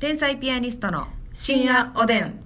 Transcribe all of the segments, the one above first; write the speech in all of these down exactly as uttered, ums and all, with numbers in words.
天才ピアニストの深夜おでん。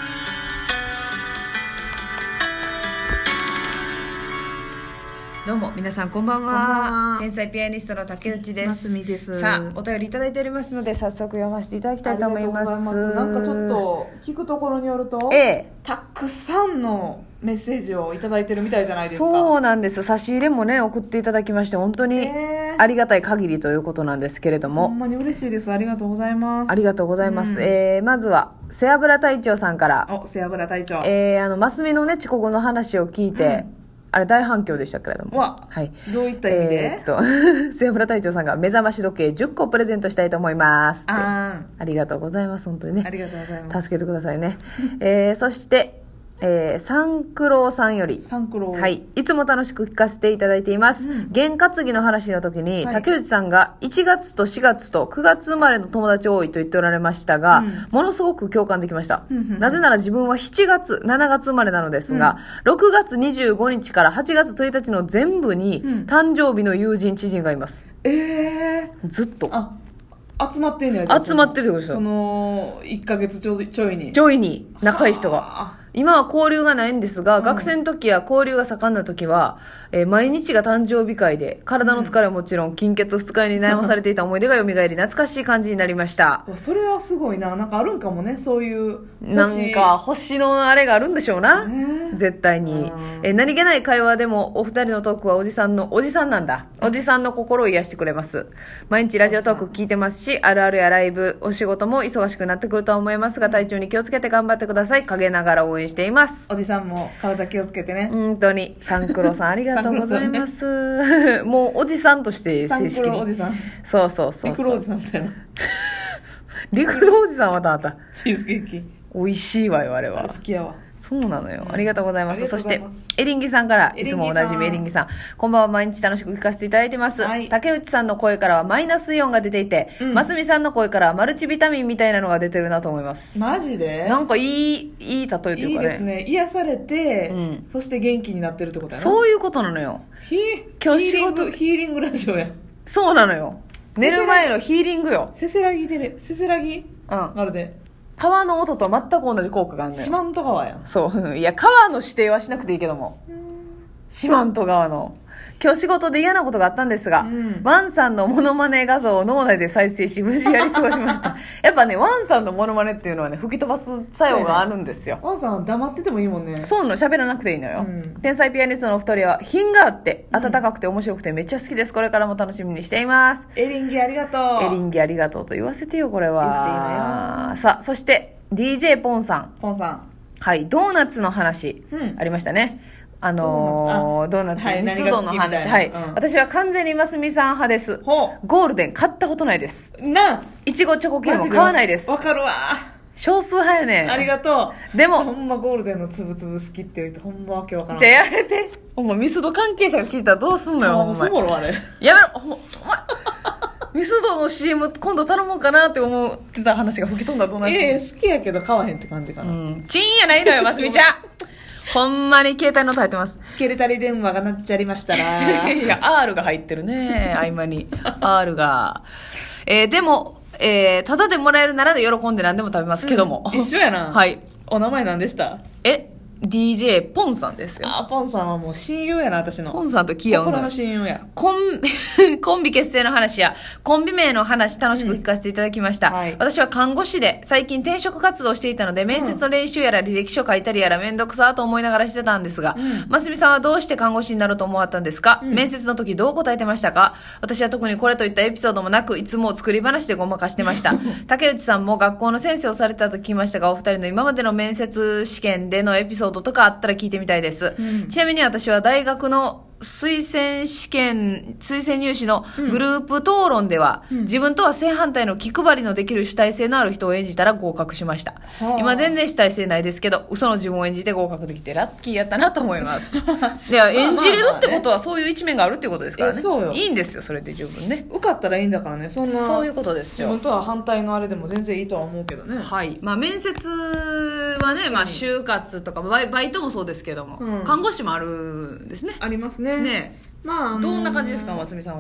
どうも皆さんこんばんは。 こんばんは。 天才ピアニストの竹内です。 ますみです。 さあお便りいただいておりますので早速読ませていただきたいと思います。 ありがとうございます。なんかちょっと聞くところによると、 ええ、 たくさんのメッセージをいただいてるみたいじゃないですか。 そうなんです。差し入れもね送っていただきまして本当にえーありがたい限りということなんですけれども、 ほんまに嬉しいです。ありがとうございます。 ありがとうございます、 うんえー、まずは背脂隊長さんから、 お、背脂隊長、 えー、あのますみのね遅刻の話を聞いて、うん、あれ大反響でしたけれども、 わ、 はい、 どういった意味で、 えー、っと背脂隊長さんが目覚まし時計じゅっこプレゼントしたいと思いますって。 あ, ありがとうございます。本当にね、 ありがとうございます。 助けてくださいね、えー、そしてえー、三九郎さんより、 三九郎、 はい、いつも楽しく聞かせていただいています。 うん、 験担ぎの話の時に、 はい、 竹内さんがいちがつとしがつとくがつ生まれの友達多いと言っておられましたが、うん、ものすごく共感できました、うんうんうん、なぜなら自分はしちがつしちがつ生まれなのですが、うん、ろくがつにじゅうごにちからはちがつついたちの全部に、うん、誕生日の友人知人がいます。 えー、 ずっとあ集まってんねや。 集まってるってことですよ。 そのいっかげつちょいちょいにちょいに仲いい人が。今は交流がないんですが、うん、学生の時や交流が盛んな時は、えー、毎日が誕生日会で体の疲れはもちろん、金欠二日酔いに悩まされていた思い出が蘇り懐かしい感じになりました。 それはすごいな。なんかあるんかもね、そういうなんか星のあれがあるんでしょうな、ね、絶対に、えー、何気ない会話でもお二人のトークはおじさんのおじさんなんだおじさんの心を癒してくれます。毎日ラジオトーク聞いてますし、あるあるやライブお仕事も忙しくなってくるとは思いますが、体調に気をつけて頑張ってください。陰ながら応援しています。 おじさんも体気をつけてね。 本当に三九郎さんありがとうございます、ね、もうおじさんとして正式に三九郎おじさん、そうそうそうそう、陸郎おじさんみたいな陸郎おじさんはたたチーズケーキ美味しいわよあれは。 好きやわ。 そうなのよ、うん、ありがとうございます。そしてすエリンギさんから、いつもおなじみエリンギさん、こんばんは。毎日楽しく聞かせていただいてます、はい、竹内さんの声からはマイナスイオンが出ていて、うん、ますみさんの声からはマルチビタミンみたいなのが出てるなと思います。 マジでなんかいいいい例えというかね、 いいですね。癒されて、うん、そして元気になってるってことやな。 そういうことなのよ。 ヒ今日仕事ヒーリングラジオや。 そうなのよ。寝る前のヒーリングよ。 せせらぎでね、せせらぎ、うん、まるで川の音と全く同じ効果があるのよ。 四万十川やん。 そう。いや、川の指定はしなくていいけども。四万十川の。今日仕事で嫌なことがあったんですが、うん、ワンさんのモノマネ画像を脳内で再生し、無事やり過ごしました。やっぱね、ワンさんのモノマネっていうのはね、吹き飛ばす作用があるんですよ。 ワンさんは黙っててもいいもんね。 そうなの、喋らなくていいのよ。うん、天才ピアニストのお二人は品があって、温かくて面白くてめっちゃ好きです。これからも楽しみにしています。 エリンギありがとう。 エリンギありがとうと言わせてよ、これは。 言っていいのよ。 さあ、そして、ディージェー ポンさん。 ポンさん。 はい、ドーナツの話、うん、ありましたね。あのー、ドーナツ、ミスドの話。はい、うん。私は完全にますみさん派です。ゴールデン買ったことないです。 な、 いちごチョコ系も買わないです。 わかるわ。 少数派やね。 ありがとう。でも、 ほんまゴールデンのつぶつぶ好きって言って、ほんまわけわからん。 じゃあやめて。ほんまミスド関係者が聞いたらどうすんのよ。ほんま。 そぼろあれ。 やめろ。ほんま、お前。ミスドの シーエム 今度頼もうかなって思ってた話が吹き飛んだらどうなんすか。 ええー、好きやけど買わへんって感じかな。うん。 チンやないのよ、ますみちゃん。ほんまに携帯の音入ってます。 ケレタリ電話が鳴っちゃいましたら。 いや、R が入ってるね。合間に。R が。えー、でも、えー、ただでもらえるならで喜んで何でも食べますけども。 うん、一緒やな。 はい。 お名前何でした？ えディージェー ポンさんですよ。 あ、ポンさんはもう親友やな、私の。 ポンさんと気合うの。 心の親友や。 コン、コンビ結成の話や、コンビ名の話楽しく聞かせていただきました。うん、はい、私は看護師で、最近転職活動していたので、面接の練習やら履歴書書いたりやらめんどくさと思いながらしてたんですが、うん、ますみさんはどうして看護師になろうと思わったんですか？うん、面接の時どう答えてましたか？私は特にこれといったエピソードもなく、いつも作り話でごまかしてました。竹内さんも学校の先生をされたと聞きましたが、お二人の今までの面接試験でのエピソードとかあったら聞いてみたいです、うん、ちなみに私は大学の推薦試験推薦入試のグループ討論では、うん、自分とは正反対の気配りのできる主体性のある人を演じたら合格しました、はあ、今全然主体性ないですけど嘘の自分を演じて合格できてラッキーやったなと思いますいや演じれるってことはそういう一面があるってことですからね。そうよ、いいんですよ、それで十分ね。 受かったらいいんだからね。そんなそういうことですよ。 自分とは反対のあれでも全然いいとは思うけどね。 はい、まあ、面接はね、まあ、就活とかバイ、バイトもそうですけども、うん、看護師もあるんですね。 ありますね。 ね、まあ、あのー、どんな感じですか、ますみさんは。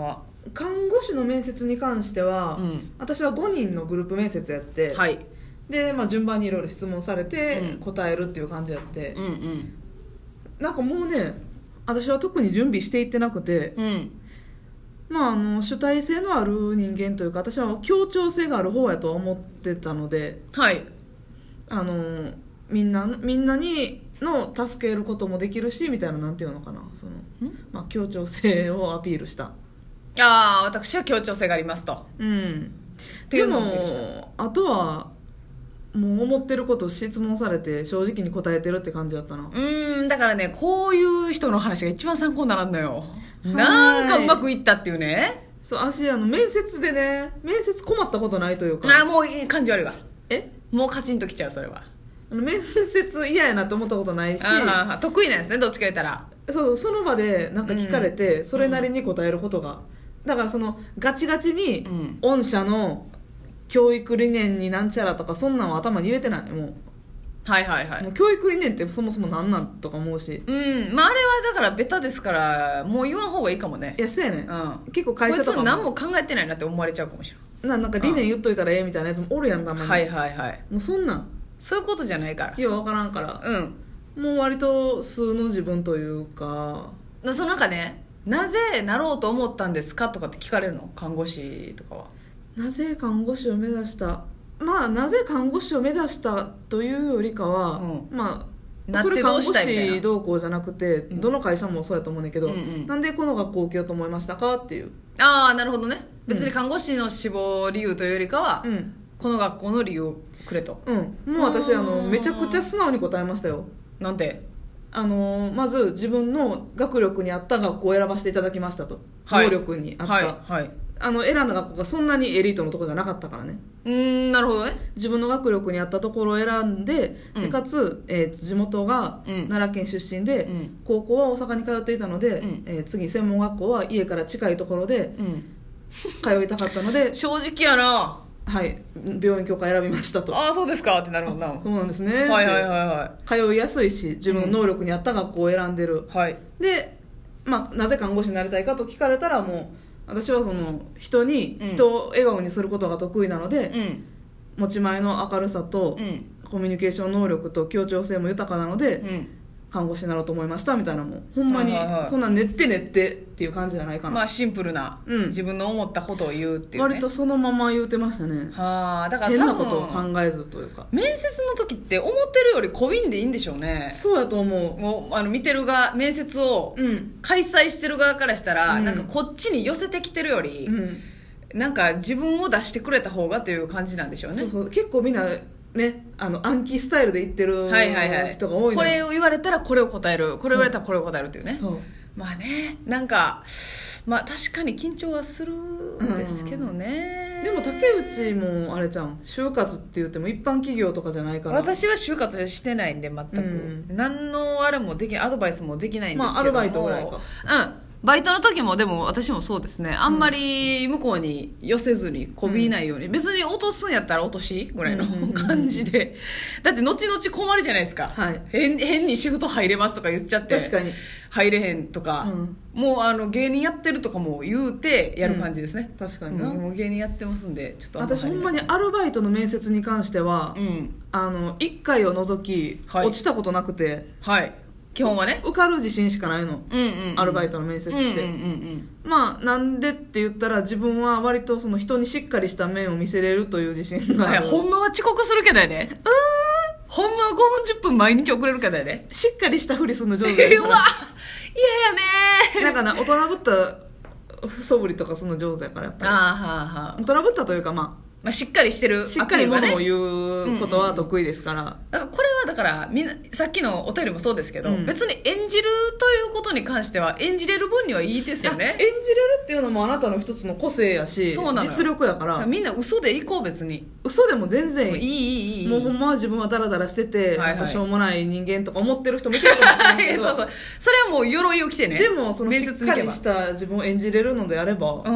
看護師の面接に関しては、 うん、 私はごにんのグループ面接やって、 はい、 で、まあ、順番にいろいろ質問されて、 うん、 答えるっていう感じやって、 うんうん、 なんかもうね私は特に準備していってなくて、うん、まあ、あの主体性のある人間というか私は協調性がある方やとは思ってたので、 はい、あのみんなみんなにの助けることもできるしみたいな、なんていうのかな、その、まあ、協調性をアピールした。 ああ、私は協調性がありますと。 うん。っていうのもあとはもう思ってることを質問されて正直に答えてるって感じだったな。 うーん、だからね、こういう人の話が一番参考にならんのよ。なんかうまくいったっていうね。 そう、私あの面接でね、面接困ったことないというか。 ああ、もういい感じ悪いわ。 え？ もうカチンときちゃう、それは。 あの面接嫌やなって思ったことないし、 あ、得意なんですね、どっちか言ったら。 そう、その場でなんか聞かれて、うん、それなりに答えることが、だからそのガチガチに御社の教育理念になんちゃらとかそんなんは頭に入れてない。もうはいはいはい、 もう教育理念ってそもそもなんなんとか思うし、 うん、まああれはだからベタですからもう言わん方がいいかもね。 いやそうやね、うん、結構会社とかもこいつ何も考えてないなって思われちゃうかもしれない。な、なんか理念言っといたらええみたいなやつもおるやん、たまに。 はいはいはい。 もうそんなんそういうことじゃないから、 いや分からんから、うん、もう割と素の自分というか、 その中ね、なぜなろうと思ったんですかとかって聞かれるの、看護師とかは。 なぜ看護師を目指した、まあなぜ看護師を目指したというよりかは、うん、まあそれ看護師どうこうじゃなくて、うん、どの会社もそうやと思うんだけど、うんうん、なんでこの学校を受けようと思いましたかっていう。 ああ、なるほどね。別に看護師の志望理由というよりかは、うん、この学校の理由をくれと。 うん、もう私あのめちゃくちゃ素直に答えましたよ。 なんて？ あのまず自分の学力に合った学校を選ばせていただきましたと、はい、能力に合った、はいはい、あの選んだ学校がそんなにエリートのところじゃなかったからね。 うーん、なるほどね。 自分の学力に合ったところを選んで、うん、でかつ、えー、地元が奈良県出身で、うん、高校は大阪に通っていたので、うん、えー、次専門学校は家から近いところで、うん、通いたかったので正直やな。 はい、病院許可選びましたと。 ああ、そうですかってなるもんな。 そうなんですね。 はいはいはいはい。 通いやすいし自分の能力に合った学校を選んでる、うん、はい、で、まあ、なぜ看護師になりたいかと聞かれたら、もう私はその人に、人を笑顔にすることが得意なので、うん、持ち前の明るさと、うん、コミュニケーション能力と協調性も豊かなので、うん、看護師になろうと思いましたみたいな、もうほんまにそんな練って練ってっていう感じじゃないかな。 まあシンプルな、うん、自分の思ったことを言うっていうね。 割とそのまま言うてましたね。はあ、だから変なことを考えずというか、 面接の時って思ってるよりこびんでいいんでしょうね。 そうやと思う。 もうあの見てる側、面接を開催してる側からしたら、うん、なんかこっちに寄せてきてるより、うん、なんか自分を出してくれた方がという感じなんでしょうね。 そうそう、結構みんなね、あの暗記スタイルで言ってる人が多いの、はいはいはい、 これを言われたらこれを答える、これを言われたらこれを答えるっていうね。そう、まあね、なんかまあ確かに緊張はするんですけどね、 うん、でも竹内もあれちゃん、就活って言っても一般企業とかじゃないから。 私は就活してないんで全く、うん、何のあれもできない、アドバイスもできないんですけども、まあアルバイトぐらいか。うん、バイトの時もでも私もそうですね、あんまり向こうに寄せずにこびないように、うん、別に落とすんやったら落としぐらいの感じで、だって後々困るじゃないですか、はい、変, 変にシフト入れますとか言っちゃって確かに入れへんとか、うん、もうあの芸人やってるとかも言うてやる感じですね、 うん、確かにな、 うん、もう芸人やってますんでちょっと私ほんまにアルバイトの面接に関しては、うん、あのいっかいを除き、はい、落ちたことなくて、はい、 基本はね受かる自信しかないの、うんうんうん、アルバイトの面接って、うんうんうんうん、まあなんでって言ったら自分は割とその人にしっかりした面を見せれるという自信がある。 ほんまは遅刻するけどやで、うん、ほんまはごふんじゅっぷん毎日遅れるけどやで。 しっかりしたふりするの上手やから。うわ嫌やねー。なんかな、大人ぶった素振りとかするの上手やからやっぱり。あーはーはー、大人ぶったというかまあまあ、しっかりしてる、 しっかりものを言うことは得意ですから、うんうん、 だからこれはだからみんなさっきのお便りもそうですけど、うん、別に演じるということに関しては演じれる分にはいいですよね。 演じれるっていうのもあなたの一つの個性やし、そうなの実力やから、だからみんな嘘でいこう、別に嘘でも全然いい、 いいいいもうほんまは自分はダラダラしてて、はいはい、なんかしょうもない人間とか思ってる人見てるかもしれないけどそうそう、それはもう鎧を着てね。 でもそのしっかりした自分を演じれるのであれば、うん、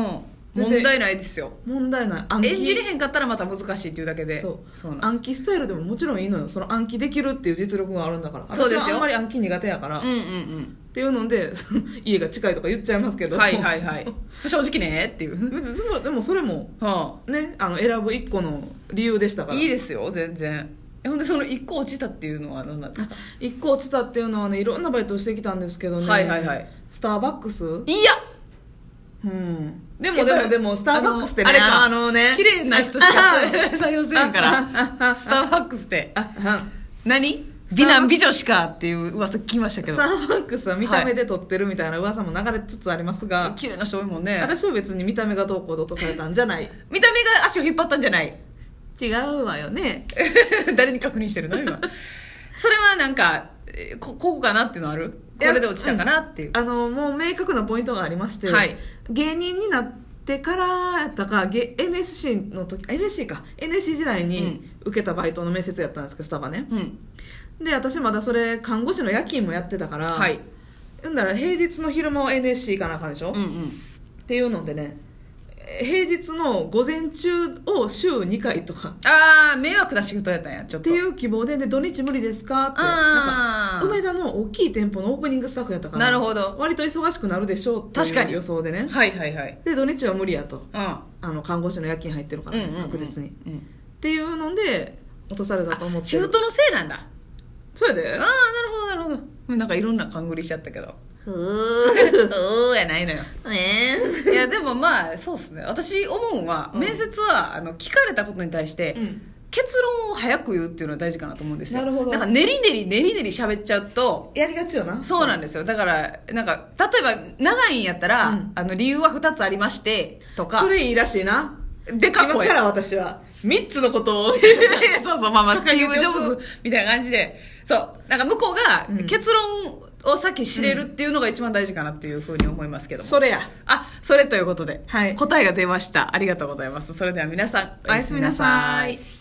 問題ないですよ。 問題ない。暗記演じれへんかったらまた難しいっていうだけで。 そうそうなん暗記スタイルでももちろんいいのよ。その暗記できるっていう実力があるんだから。 そうですよ。 私はあんまり暗記苦手やから、 うんうんうん、 っていうので家が近いとか言っちゃいますけど、 はいはいはい正直ねっていう別にでもそれも、はあ、ね、あの選ぶ一個の理由でしたから。 いいですよ全然。ほんでそのいっこ落ちたっていうのは何なんですか？ いっこ落ちたっていうのはね、いろんなバイトをしてきたんですけどね、 はいはいはい、 スターバックス、 いやうん、でもでもでもスターバックスってね、 ああのね、 綺麗な人しか採用せんからスターバックスって何美男美女しかっていう噂聞きましたけど、 スターバックスは見た目で撮ってるみたいな噂も流れつつありますが、 はい、綺麗な人多いもんね。 私は別に見た目がどうこうで落とされたんじゃない。 見た目が足を引っ張ったんじゃない。 違うわよね誰に確認してるの今それはなんか こ, ここかなっていうのある？これで落ちたかなっていう、 うん、あのもう明確なポイントがありまして、はい、芸人になってからやったか エヌエスシー の時 エヌエスシー か エヌエスシー 時代に受けたバイトの面接やったんですけど、スタバね、うん、で私まだそれ看護師の夜勤もやってたから、はい、んだら平日の昼間は エヌエスシー かなあかんでしょ、うんうん、っていうのでね、平日の午前中を週にかいとか、 ああ迷惑な仕事やったんやちょっとっていう希望で、で土日無理ですかって、なんか梅田の大きい店舗のオープニングスタッフやったから、 なるほど、 割と忙しくなるでしょうっていう予想でね、 はいはいはい、 で土日は無理やと、うん、あの看護師の夜勤入ってるから、ね、うんうんうん、確実に、うん、っていうので落とされたと思ってる。 シフトのせいなんだ。 そうやで。 ああなるほどなるほど。なんかいろんな勘繰りしちゃったけど、ふーやないのよ、えー、いやでもまあそうっすね。私思うのは、うん、面接はあの聞かれたことに対して、うん、結論を早く言うっていうのは大事かなと思うんですよ。なるほど。なんか練り練り練り練り喋っちゃうとやりがちよな。 そうなんですよ。だからなんか例えば長いんやったら、うん、あの理由はふたつありましてとか、 それいいらしいな。 でかっこいい。 今から私はみっつのことをそうそうまあまあスティーブ・ジョブズみたいな感じで、そうなんか向こうが結論を先知れるっていうのが一番大事かなっていうふうに思いますけども、 それや。 あ、それということで、はい、答えが出ました。ありがとうございます。それでは皆さんおやすみなさい。